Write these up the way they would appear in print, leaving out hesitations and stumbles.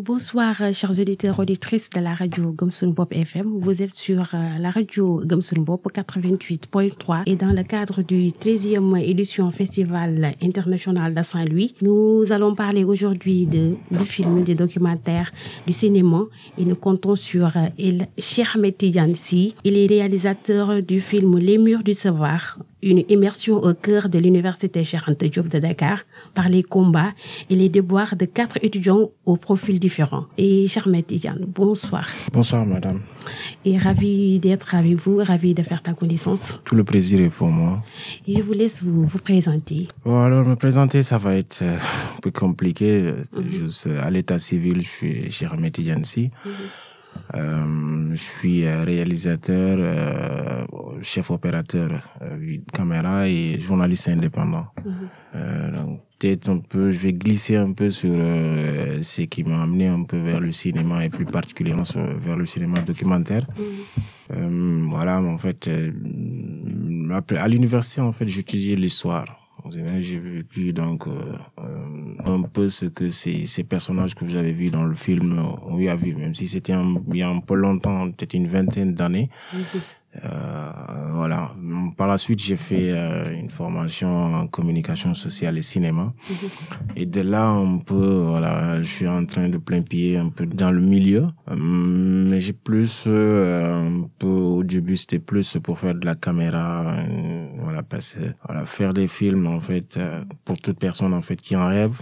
Bonsoir, chers auditeurs, auditrices de la radio Gumsun Bop FM. Vous êtes sur la radio Gumsun Bop 88.3 et dans le cadre du 13e édition Festival international de Saint-Louis, nous allons parler aujourd'hui de films, de documentaires, du cinéma et nous comptons sur Cheikh Ahmed Tidiane Sy. Il est réalisateur du film Les Murs du Savoir, une immersion au cœur de l'université Cheikh Anta Diop de Dakar par les combats et les déboires de 4 étudiants aux profils différents. Et Cheikh Ahmed Tidiane, bonsoir. Bonsoir madame. Et ravi d'être avec vous, ravi de faire ta connaissance. Tout le plaisir est pour moi. Et je vous laisse vous présenter. Bon, alors me présenter, ça va être un peu compliqué. Juste à l'état civil, je suis Cheikh Ahmed Tidiane Sy. Je suis réalisateur, chef opérateur caméra et journaliste indépendant. Donc, peut-être un peu, je vais glisser un peu sur ce qui m'a amené un peu vers le cinéma et plus particulièrement vers le cinéma documentaire. Voilà, en fait, à l'université, en fait, j'étudiais l'histoire. J'ai vécu donc un peu ce que ces personnages que vous avez vus dans le film ont eu à vivre, même si c'était il y a un peu longtemps, peut-être une vingtaine d'années. Voilà. Par la suite, j'ai fait une formation en communication sociale et cinéma. Et de là, un peu, voilà, je suis en train de plein pied un peu dans le milieu. Mais j'ai plus, un peu, au début, c'était plus pour faire de la caméra, voilà, faire des films, en fait, pour toute personne, en fait, qui en rêve.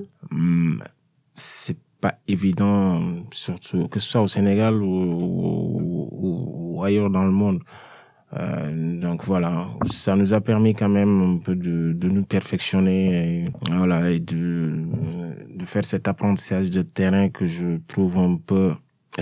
C'est pas évident, surtout que ce soit au Sénégal ou ailleurs dans le monde. Donc voilà, ça nous a permis quand même un peu de nous perfectionner et, voilà, et de faire cet apprentissage de terrain que je trouve un peu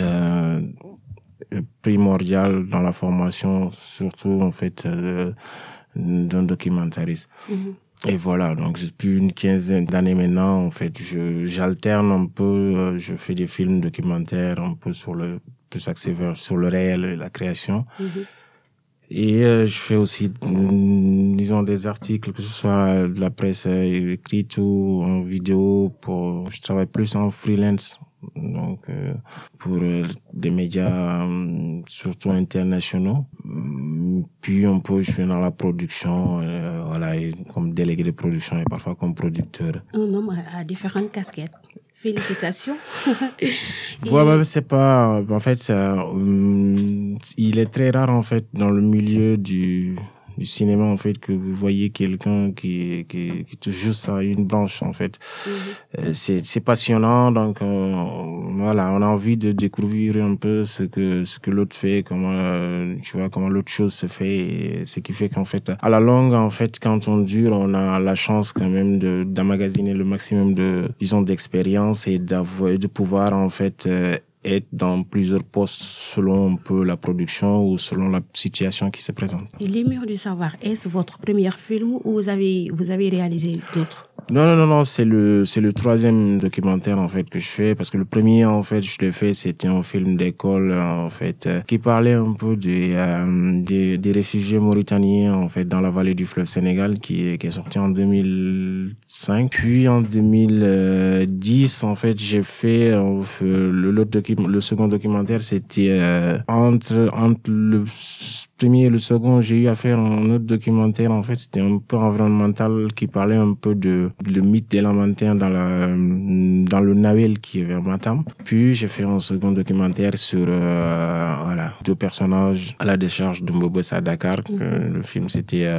primordial dans la formation, surtout en fait d'un documentariste. Et voilà, donc depuis une quinzaine d'années maintenant, en fait, j'alterne un peu, je fais des films documentaires un peu plus axés sur le réel et la création. Et je fais aussi, disons, des articles, que ce soit de la presse écrite ou en vidéo. Je travaille plus en freelance, donc pour des médias surtout internationaux. Puis un peu, je suis dans la production, voilà, et comme délégué de production et parfois comme producteur. Un homme à différentes casquettes. Félicitations. Ouais, c'est pas, en fait, il est très rare, en fait, dans le milieu du cinéma, en fait, que vous voyez quelqu'un qui touche juste à une branche, en fait. C'est passionnant, donc, voilà, on a envie de découvrir un peu ce que l'autre fait, comment l'autre chose se fait, et ce qui fait qu'en fait, à la longue, en fait, quand on dure, on a la chance quand même d'emmagasiner le maximum d'expérience et de pouvoir, en fait, être dans plusieurs postes selon un peu la production ou selon la situation qui se présente. Et Les Murs du Savoir, est-ce votre premier film ou vous avez réalisé d'autres? Non, c'est le 3e documentaire, en fait, que je fais, parce que le premier, en fait, je l'ai fait, c'était un film d'école, en fait, qui parlait un peu des réfugiés mauritaniens, en fait, dans la vallée du fleuve Sénégal, qui est sorti en 2005. Puis, en 2010, en fait, j'ai fait, le second documentaire, c'était, entre le premier et le second, j'ai eu à faire un autre documentaire, en fait, c'était un peu environnemental, qui parlait un peu le mythe élémentaire dans le Nawel qui est vers Matam. Puis j'ai fait un second documentaire sur 2 personnages à la décharge de Mbobos à Dakar. Le film c'était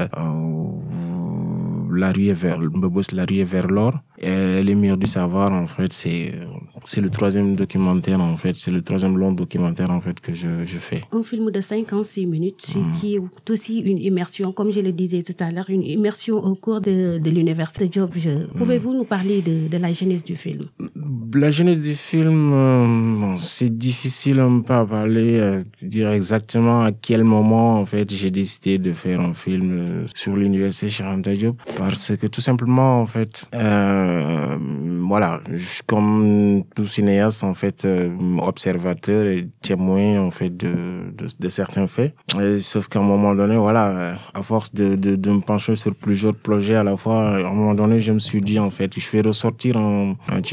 Mbobos, la ruée vers l'or. Et Les Murs du Savoir, en fait, c'est le 3e documentaire, en fait, c'est le 3e long documentaire, en fait, que je fais. Un film de 56 minutes, qui est aussi une immersion, comme je le disais tout à l'heure, une immersion au cours de l'université Diop. Pouvez-vous nous parler de la genèse du film? La genèse du film, c'est difficile un peu à parler, dire exactement à quel moment, en fait, j'ai décidé de faire un film sur l'université Cheikh Anta Diop, parce que tout simplement, en fait, voilà, comme tout cinéaste, en fait, observateur et témoin, en fait, de certains faits. Sauf qu'à un moment donné, voilà, à force de me pencher sur plusieurs projets à la fois, à un moment donné, je me suis dit, en fait, je vais ressortir un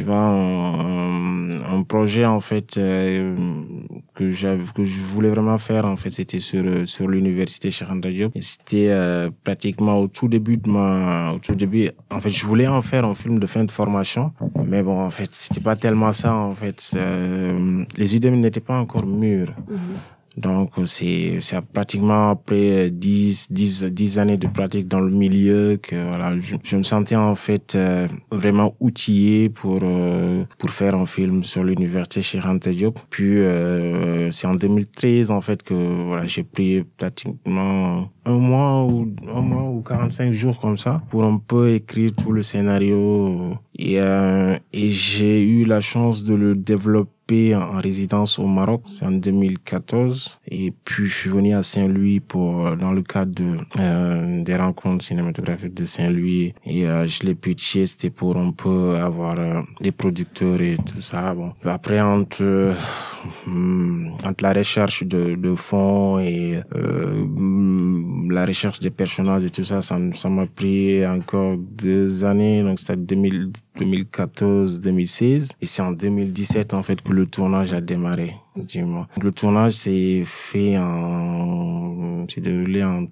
projet, en fait, que je voulais vraiment faire, en fait, c'était sur l'université Cheikh Anta Diop. Et c'était pratiquement au tout début, en fait, je voulais en faire un film de fin de formation, mais bon, en fait, c'était pas tellement ça, en fait. Les idées n'étaient pas encore mûres. Donc, c'est pratiquement après 10 années de pratique dans le milieu que, voilà, je me sentais, en fait, vraiment outillé pour faire un film sur l'université Cheikh Anta Diop. Puis, c'est en 2013, en fait, que, voilà, j'ai pris pratiquement un mois ou 45 jours comme ça pour un peu écrire tout le scénario. Et j'ai eu la chance de le développer en résidence au Maroc, c'est en 2014. Et puis, je suis venu à Saint-Louis dans le cadre des rencontres cinématographiques de Saint-Louis. Et je l'ai pitché, c'était pour un peu avoir des producteurs et tout ça. Bon, après, entre la recherche de fonds et la recherche des personnages et tout ça, ça m'a pris encore 2 années. Donc, c'était 2014-2016. Et c'est en 2017, en fait, que le tournage a démarré. Le tournage s'est déroulé en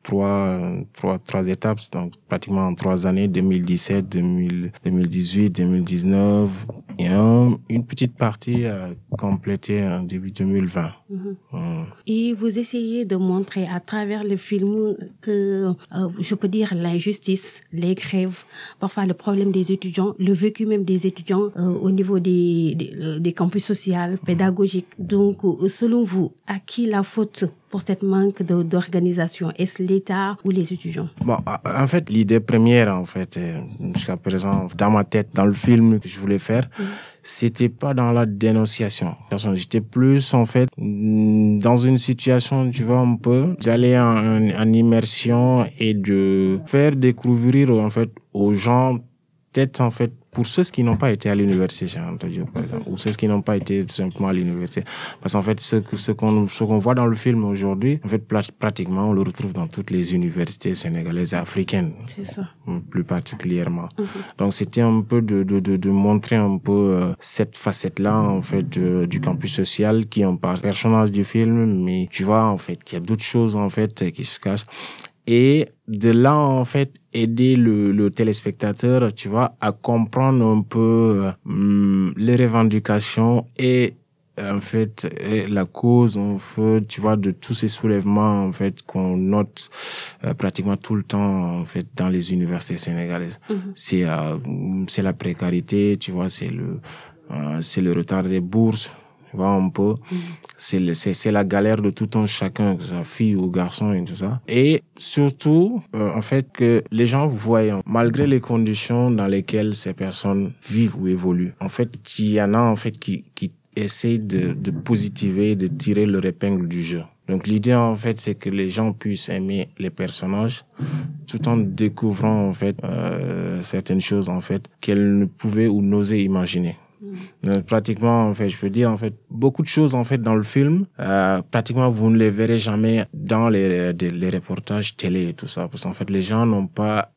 trois étapes, donc pratiquement en 3 années, 2017, 2018, 2019, et une petite partie complétée en début 2020. Et vous essayez de montrer à travers le film, je peux dire l'injustice, les grèves, parfois le problème des étudiants, le vécu même des étudiants au niveau des campus sociaux, pédagogiques. Donc, selon vous, à qui la faute pour cette manque d'organisation? Est-ce l'État ou les étudiants? Bon, en fait, l'idée première, en fait, jusqu'à présent, dans ma tête, dans le film que je voulais faire, c'était pas dans la dénonciation. J'étais plus, en fait, dans une situation, tu vois, un peu, d'aller en immersion et de faire découvrir, en fait, aux gens, peut-être, en fait, pour ceux qui n'ont pas été à l'université, j'ai entendu, par exemple, ou ceux qui n'ont pas été tout simplement à l'université. Parce qu'en fait, ce qu'on voit dans le film aujourd'hui, en fait, pratiquement, on le retrouve dans toutes les universités sénégalaises et africaines. C'est ça. Plus particulièrement. Donc, c'était un peu de montrer un peu cette facette-là, en fait, du campus social qui est un personnage du film, mais tu vois, en fait, qu'il y a d'autres choses, en fait, qui se cachent. Et de là, en fait, aider le téléspectateur, tu vois, à comprendre un peu les revendications et en fait la cause, en fait, tu vois, de tous ces soulèvements, en fait, qu'on note pratiquement tout le temps, en fait, dans les universités sénégalaises. C'est la précarité, tu vois, c'est le retard des bourses, tu vois, un peu. C'est la galère de tout un chacun, que ce soit fille ou garçon et tout ça. Et surtout, en fait, que les gens voient, malgré les conditions dans lesquelles ces personnes vivent ou évoluent, en fait, il y en a, en fait, qui essayent de positiver, de tirer leur épingle du jeu. Donc, l'idée, en fait, c'est que les gens puissent aimer les personnages tout en découvrant, en fait, certaines choses, en fait, qu'elles ne pouvaient ou n'osaient imaginer. Pratiquement, en fait, je peux dire, en fait, beaucoup de choses, en fait, dans le film, pratiquement, vous ne les verrez jamais dans les reportages télé et tout ça. Parce qu'en fait, les gens n'ont pas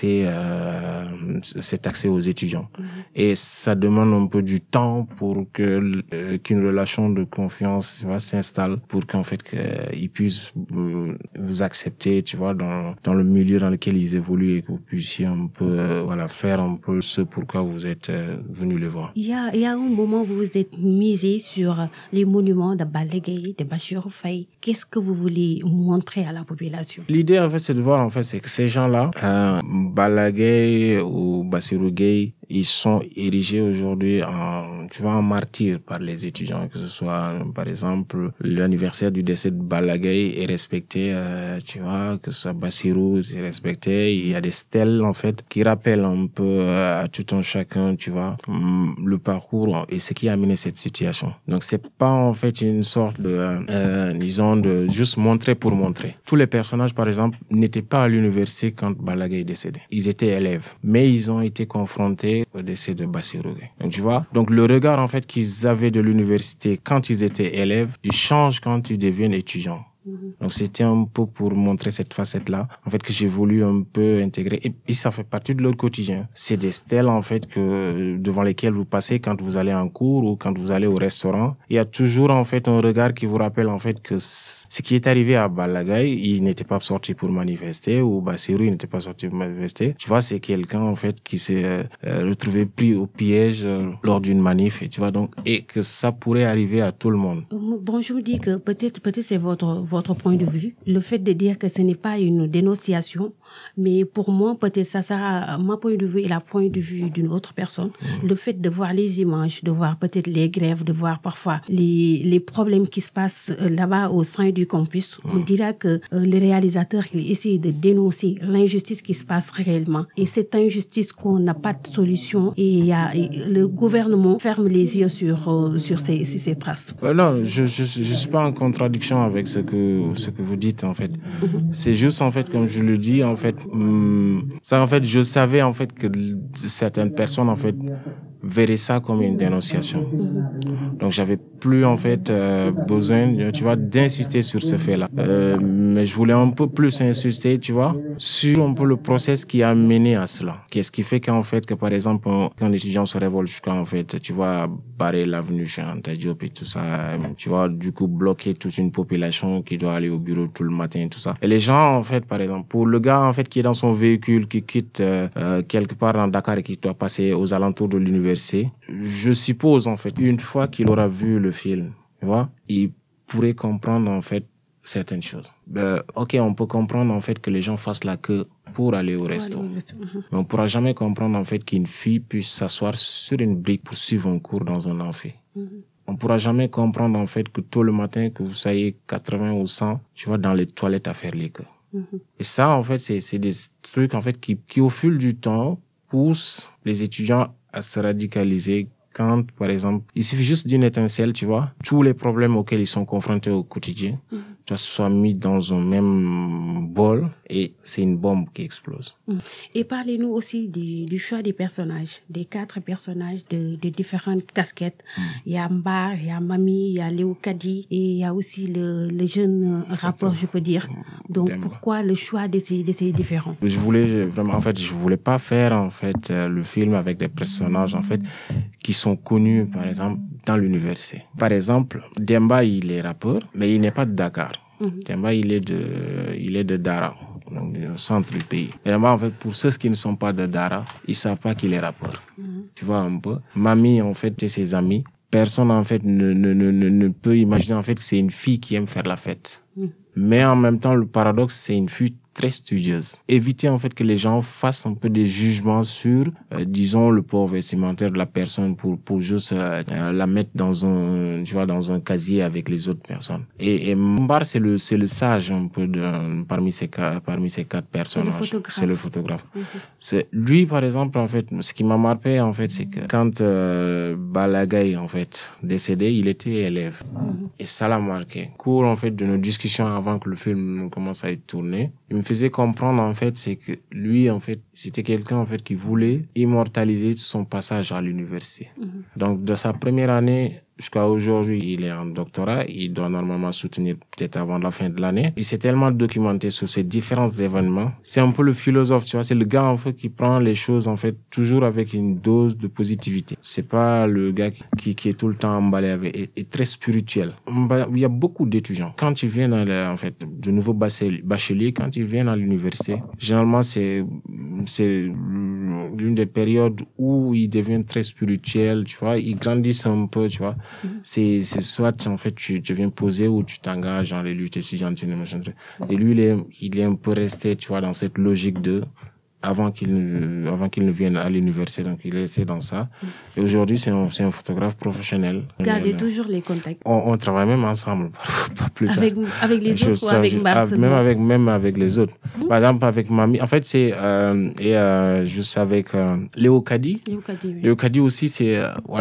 cet accès aux étudiants. Et ça demande un peu du temps pour qu'une relation de confiance, tu vois, s'installe pour qu'en fait, qu'ils puissent vous accepter, tu vois, dans le milieu dans lequel ils évoluent et que vous puissiez un peu, voilà, faire un peu ce pourquoi vous êtes venu les voir. Il y a un moment où vous vous êtes misé sur les monuments de Balla Gaye, de Bassirou Faye. Qu'est-ce que vous voulez montrer à la population? L'idée, en fait, c'est de voir, en fait, c'est que ces gens-là, Balla Gaye ou Bassirou Gaye, ils sont érigés aujourd'hui en martyrs par les étudiants, que ce soit, par exemple, l'anniversaire du décès de Balla Gaye est respecté, tu vois, que ce soit Bassirou, c'est respecté. Il y a des stèles, en fait, qui rappellent un peu à tout un chacun, tu vois, le parcours et ce qui a amené cette situation. Donc, c'est pas, en fait, une sorte disons, de juste montrer pour montrer. Tous les personnages, par exemple, n'étaient pas à l'université quand Balla Gaye est décédé. Ils étaient élèves. Mais ils ont été confrontés après au décès de Bassirou Gueye. Donc, tu vois, donc le regard en fait qu'ils avaient de l'université quand ils étaient élèves, il change quand ils deviennent étudiants. Donc c'était un peu pour montrer cette facette-là, en fait, que j'ai voulu un peu intégrer. Et ça fait partie de leur quotidien. C'est des stèles, en fait, que devant lesquelles vous passez quand vous allez en cours ou quand vous allez au restaurant. Il y a toujours, en fait, un regard qui vous rappelle, en fait, que ce qui est arrivé à Balagaï, il n'était pas sorti pour manifester, ou Bassirou, il n'était pas sorti pour manifester. Tu vois, c'est quelqu'un, en fait, qui s'est retrouvé pris au piège lors d'une manif, et tu vois, donc, et que ça pourrait arriver à tout le monde. Bon, je me dis que peut-être c'est votre point de vue. Le fait de dire que ce n'est pas une dénonciation, mais pour moi, peut-être ça sera mon point de vue et la point de vue d'une autre personne. Le fait de voir les images, de voir peut-être les grèves, de voir parfois les problèmes qui se passent là-bas au sein du campus, on dira que le réalisateur, il essaie de dénoncer l'injustice qui se passe réellement. Et cette injustice qu'on n'a pas de solution et le gouvernement ferme les yeux sur ces traces. Non, je suis pas en contradiction avec ce que vous dites, en fait. C'est juste, en fait, comme je le dis, en fait, ça, en fait, je savais, en fait, que certaines personnes, en fait, verraient ça comme une dénonciation. Donc, j'avais plus, en fait, besoin, tu vois, d'insister sur ce fait-là. Mais je voulais un peu plus insister, tu vois, sur un peu le process qui a mené à cela. Qu'est-ce qui fait qu'en fait, que par exemple, quand l'étudiant se révolte jusqu'à, en fait, tu vois, barrer l'avenue Cheikh Anta Diop et tout ça, tu vois, du coup, bloquer toute une population qui doit aller au bureau tout le matin et tout ça. Et les gens, en fait, par exemple, pour le gars, en fait, qui est dans son véhicule, qui quitte quelque part dans Dakar et qui doit passer aux alentours de l'université, je suppose, en fait, une fois qu'il aura vu le film, tu vois, il pourrait comprendre, en fait, certaines choses. Ok, on peut comprendre, en fait, que les gens fassent la queue pour aller au resto. Mais on pourra jamais comprendre, en fait, qu'une fille puisse s'asseoir sur une brique pour suivre un cours dans un amphi. On pourra jamais comprendre, en fait, que tôt le matin, que vous soyez 80 ou 100, tu vois, dans les toilettes à faire les queues. Et ça, en fait, c'est des trucs, en fait, qui au fil du temps, poussent les étudiants à se radicaliser. Quand, par exemple, il suffit juste d'une étincelle, tu vois, tous les problèmes auxquels ils sont confrontés au quotidien, tu vois, soient mis dans un même bol et c'est une bombe qui explose. Et parlez-nous aussi du choix des personnages, des 4 personnages de différentes casquettes. Il y a Mbar, il y a Mami, il y a Léo Kadi et il y a aussi le jeune rappeur, je peux dire. Donc, Demba. pourquoi le choix de ces différents? Je voulais vraiment, en fait, je voulais pas faire, en fait, le film avec des personnages, en fait, qui sont connus, par exemple, dans l'université. Par exemple, Demba, il est rappeur, mais il n'est pas de Dakar. Demba, il est de Dara, donc du centre du pays. Et Demba, en fait, pour ceux qui ne sont pas de Dara, ils savent pas qu'il est rappeur. Tu vois un peu. Mami, en fait, et ses amis, personne, en fait, ne peut imaginer, en fait, que c'est une fille qui aime faire la fête. Mais en même temps, le paradoxe, c'est une fille très studieuse. Éviter, en fait, que les gens fassent un peu des jugements sur, disons, le port vestimentaire de la personne pour juste la mettre dans un casier avec les autres personnes. Et Mbar, c'est le sage un peu parmi ces 4 personnes. C'est le photographe. C'est lui, par exemple, en fait, ce qui m'a marqué, en fait, c'est que quand Balagaï, en fait, décédé, il était élève. Et ça l'a marqué. Au cours, en fait, de nos discussions avant que le film commence à être tourné, il me faisait comprendre, en fait, c'est que lui, en fait, c'était quelqu'un, en fait, qui voulait immortaliser son passage à l'université. Donc, de sa première année jusqu'à aujourd'hui, il est en doctorat. Il doit normalement soutenir peut-être avant la fin de l'année. Il s'est tellement documenté sur ces différents événements. C'est un peu le philosophe, tu vois. C'est le gars, en fait, qui prend les choses, en fait, toujours avec une dose de positivité. C'est pas le gars qui est tout le temps emballé avec, et très spirituel. Il y a beaucoup d'étudiants. Quand ils viennent, en fait, de nouveaux bacheliers, quand ils viennent à l'université, généralement, c'est l'une des périodes où ils deviennent très spirituels, tu vois. Ils grandissent un peu, tu vois. C'est soit, en fait, tu viens poser ou tu t'engages dans les luttes étudiantes, machin. Et lui, il est un peu resté, tu vois, dans cette logique avant qu'il ne vienne à l'université. Donc, il est resté dans ça. Et aujourd'hui, c'est un photographe professionnel. Gardez toujours les contacts. On travaille même ensemble, pas plus tard. Avec les autres ou avec Mbar même avec les autres. Par exemple, avec Mami. En fait, c'est, juste avec, Léo Kadi. Léo Kadi aussi, c'est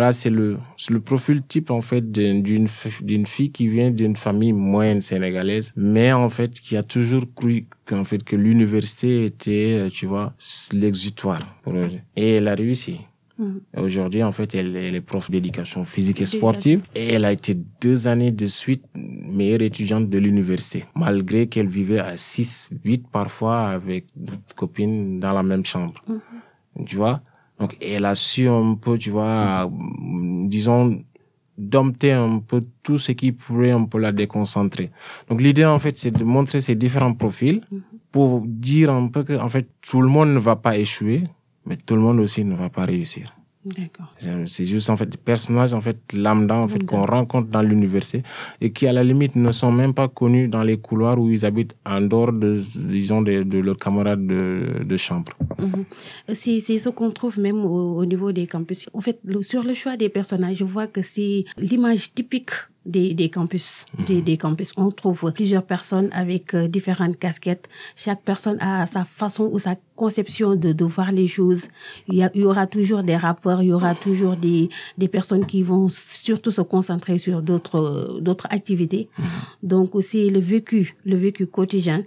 le profil type, en fait, d'une fille qui vient d'une famille moyenne sénégalaise, mais, en fait, qui a toujours cru qu'en fait, que l'université était, tu vois, l'exutoire pour eux. Et elle a réussi. Et aujourd'hui, en fait, elle est prof d'éducation physique et sportive. Et elle a été 2 années de suite meilleure étudiante de l'université, malgré qu'elle vivait à 6, 8 parfois avec d'autres copines dans la même chambre. Tu vois? Donc, elle a su un peu, tu vois, disons, dompter un peu tout ce qui pourrait un peu la déconcentrer. Donc, l'idée, en fait, c'est de montrer ces différents profils pour dire un peu que, en fait, tout le monde ne va pas échouer, mais tout le monde aussi ne va pas réussir. D'accord. C'est juste, en fait, des personnages, en fait, lambda, en fait, qu'on rencontre dans l'université et qui, à la limite, ne sont même pas connus dans les couloirs où ils habitent en dehors disons, de leurs camarades de chambre. C'est ce qu'on trouve même au niveau des campus. En fait, sur le choix des personnages, je vois que c'est l'image typique des campus. Des campus. On trouve plusieurs personnes avec différentes casquettes. Chaque personne a sa façon ou sa conception de voir les choses. Il y aura toujours des rapports, il y aura toujours des personnes qui vont surtout se concentrer sur d'autres activités. Donc aussi le vécu quotidien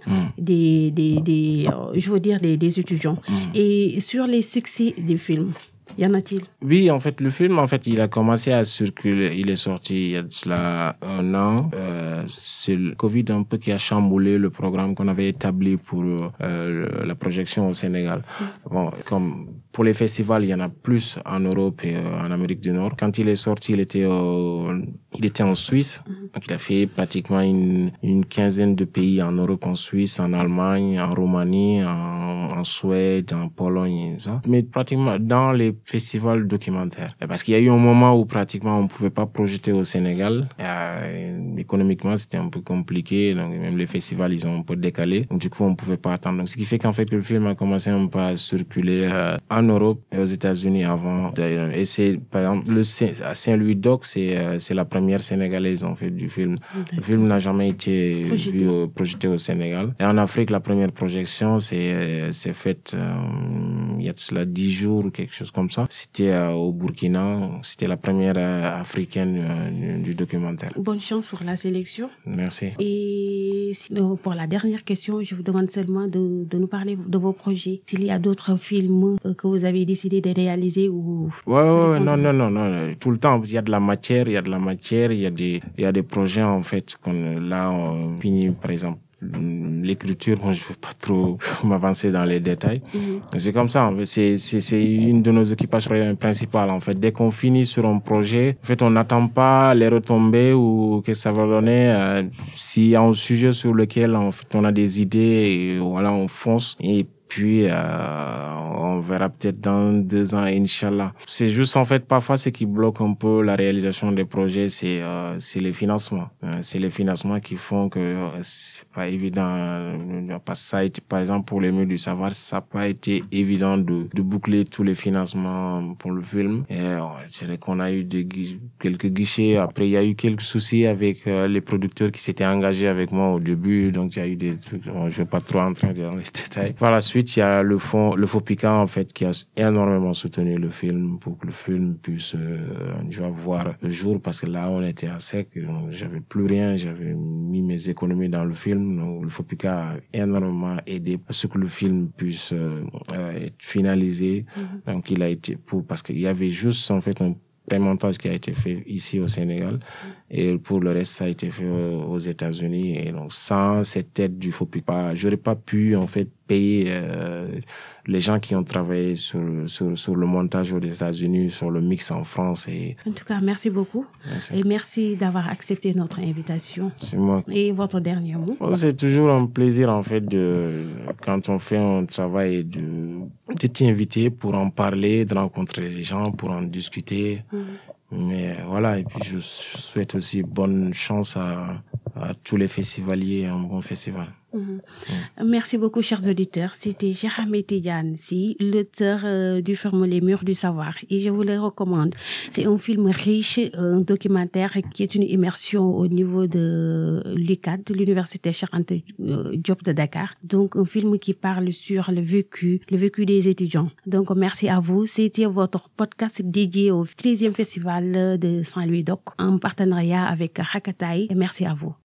je veux dire des étudiants. Et sur les succès des films, y en a-t-il? Oui, en fait, le film, en fait, il a commencé à circuler. Il est sorti il y a de cela 1 an. C'est le Covid un peu qui a chamboulé le programme qu'on avait établi pour la projection au Sénégal. Bon, comme pour les festivals, il y en a plus en Europe et en Amérique du Nord. Quand il est sorti, il était en Suisse. Donc, il a fait pratiquement une quinzaine de pays en Europe, en Suisse, en Allemagne, en Roumanie, en Suède, en Pologne et ça. Mais pratiquement dans les festivals documentaires. Parce qu'il y a eu un moment où pratiquement on pouvait pas projeter au Sénégal. Économiquement, c'était un peu compliqué. Donc, même les festivals, ils ont un peu décalé. Donc, du coup, on pouvait pas attendre. Donc, ce qui fait qu'en fait, le film a commencé un peu à circuler en Europe et aux États-Unis avant. Et c'est, par exemple, à Saint-Louis Doc, c'est la première sénégalaise, en fait, du film. Le film n'a jamais été projeté au Sénégal. Et en Afrique, la première projection, c'est faite, il y a de cela 10 jours ou quelque chose comme ça. C'était au Burkina. C'était la première africaine du documentaire. Bonne chance pour la sélection. Merci. Et pour la dernière question, je vous demande seulement de nous parler de vos projets. S'il y a d'autres films que vous avez décidé de réaliser ou... Ouais, non. Tout le temps, il y a de la matière, il y a des projets, en fait, on finit, par exemple, l'écriture, moi je veux pas trop m'avancer dans les détails. C'est comme ça, en fait, c'est une de nos occupations principales, en fait. Dès qu'on finit sur un projet, en fait, on n'attend pas les retombées ou que ça va donner. S'il y a un sujet sur lequel, en fait, on a des idées, et voilà, on fonce. Et puis, on verra peut-être dans 2 ans, Inch'Allah. C'est juste, en fait, parfois, ce qui bloque un peu la réalisation des projets, c'est les financements. C'est les financements qui font que c'est pas évident. Parce que ça a été, par exemple, pour les Murs du Savoir, ça n'a pas été évident de boucler tous les financements pour le film. Et c'est vrai qu'on a eu quelques guichets. Après, il y a eu quelques soucis avec les producteurs qui s'étaient engagés avec moi au début. Donc, il y a eu des trucs, je vais pas trop entrer dans les détails. Par la suite, il y a le FOPICA, en fait, qui a énormément soutenu le film pour que le film puisse voir le jour, parce que là, on était à sec, donc j'avais plus rien, j'avais mis mes économies dans le film. Donc, le FOPICA a énormément aidé à ce que le film puisse être finalisé. Donc, il a été parce qu'il y avait juste, en fait, un pré-montage qui a été fait ici au Sénégal, et pour le reste, ça a été fait aux États-Unis. Et donc, sans cette aide du FOPICA, j'aurais pas pu, en fait, payer les gens qui ont travaillé sur le montage aux États-Unis, sur le mix en France. En tout cas, merci beaucoup. Merci. Et merci d'avoir accepté notre invitation. C'est moi. Et votre dernier mot? C'est toujours un plaisir, en fait, quand on fait un travail, de t'inviter pour en parler, de rencontrer les gens, pour en discuter. Mais voilà, et puis je souhaite aussi bonne chance à tous les festivaliers, un bon festival. Merci beaucoup, chers auditeurs. C'était Jérôme Tidiane, l'auteur du film Les Murs du Savoir. Et je vous le recommande. C'est un film riche, un documentaire qui est une immersion au niveau de l'UCAD, de l'Université Cheikh Anta Diop de Dakar. Donc, un film qui parle sur le vécu des étudiants. Donc, merci à vous. C'était votre podcast dédié au 13e festival de Saint-Louis Doc, en partenariat avec Hakataï. Et merci à vous.